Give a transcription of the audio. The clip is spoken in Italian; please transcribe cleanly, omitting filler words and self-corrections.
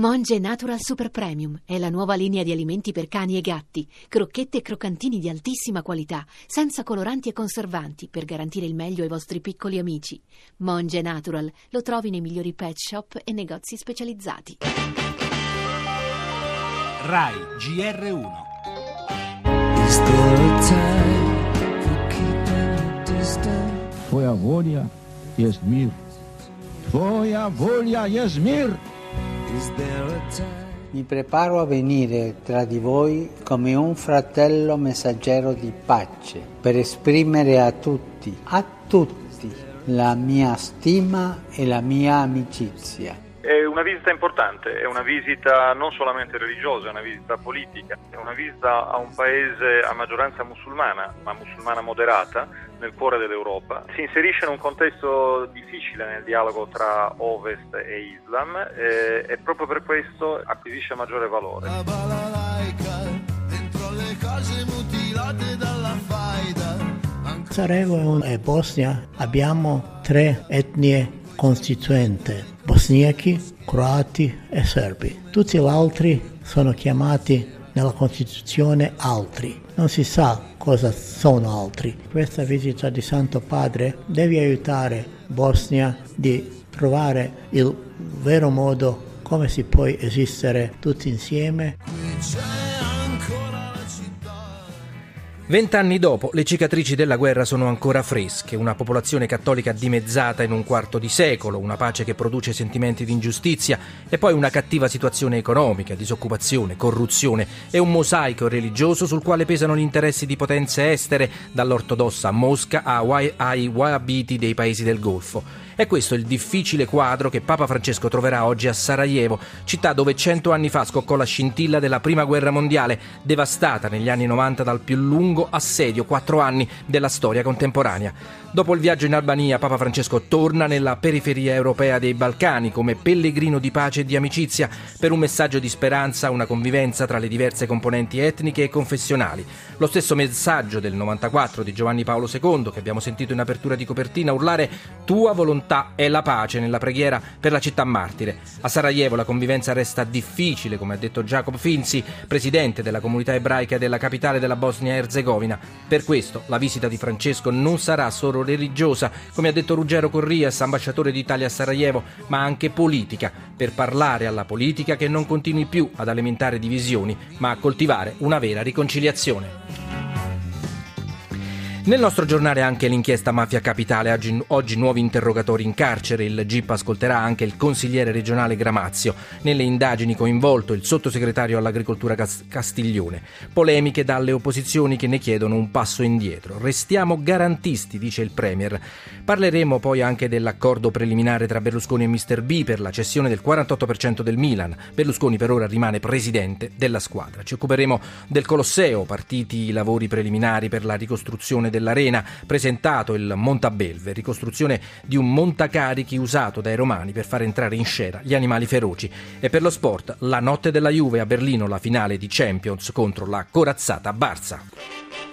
Monge Natural Super Premium è la nuova linea di alimenti per cani e gatti, crocchette e croccantini di altissima qualità, senza coloranti e conservanti, per garantire il meglio ai vostri piccoli amici. Monge Natural lo trovi nei migliori pet shop e negozi specializzati. Rai GR1. Is there a time for keeping distance? Tvoja volja jest mir. Tvoja volja jest mir. Is there a time? Mi preparo a venire tra di voi come un fratello messaggero di pace, per esprimere a tutti, la mia stima e la mia amicizia. È una visita importante, è una visita non solamente religiosa, è una visita politica, è una visita a un paese a maggioranza musulmana, ma musulmana moderata, nel cuore dell'Europa. Si inserisce in un contesto difficile nel dialogo tra Ovest e Islam e proprio per questo acquisisce maggiore valore. Sarajevo e Bosnia abbiamo 3 etnie costituente: bosniachi, croati e serbi. Tutti gli altri sono chiamati nella Costituzione altri. Non si sa cosa sono altri. Questa visita di Santo Padre deve aiutare Bosnia di trovare il vero modo come si può esistere tutti insieme. 20 anni dopo, le cicatrici della guerra sono ancora fresche, una popolazione cattolica dimezzata in un quarto di secolo, una pace che produce sentimenti di ingiustizia e poi una cattiva situazione economica, disoccupazione, corruzione e un mosaico religioso sul quale pesano gli interessi di potenze estere, dall'ortodossa Mosca ai wahhabiti dei paesi del Golfo. È questo il difficile quadro che Papa Francesco troverà oggi a Sarajevo, città dove 100 anni fa scoccò la scintilla della Prima Guerra Mondiale, devastata negli anni 90 dal più lungo assedio, 4 anni, della storia contemporanea. Dopo il viaggio in Albania, Papa Francesco torna nella periferia europea dei Balcani come pellegrino di pace e di amicizia per un messaggio di speranza, una convivenza tra le diverse componenti etniche e confessionali. Lo stesso messaggio del 94 di Giovanni Paolo II, che abbiamo sentito in apertura di copertina urlare «Tua volontà è la pace» nella preghiera per la città martire. A Sarajevo la convivenza resta difficile, come ha detto Jacob Finzi, presidente della comunità ebraica della capitale della Bosnia-Erzegovina. Per questo la visita di Francesco non sarà solo religiosa, come ha detto Ruggero Corrias, ambasciatore d'Italia a Sarajevo, ma anche politica, per parlare alla politica che non continui più ad alimentare divisioni, ma a coltivare una vera riconciliazione. Nel nostro giornale anche l'inchiesta Mafia Capitale, oggi nuovi interrogatori in carcere, il GIP ascolterà anche il consigliere regionale Gramazio, nelle indagini coinvolto il sottosegretario all'agricoltura Castiglione, polemiche dalle opposizioni che ne chiedono un passo indietro. Restiamo garantisti, dice il Premier. Parleremo poi anche dell'accordo preliminare tra Berlusconi e Mr. B per la cessione del 48% del Milan. Berlusconi per ora rimane presidente della squadra. Ci occuperemo del Colosseo, partiti i lavori preliminari per la ricostruzione dell'arena, presentato il Montabelve, ricostruzione di un montacarichi usato dai romani per far entrare in scena gli animali feroci. E per lo sport, la notte della Juve a Berlino, la finale di Champions contro la corazzata Barça.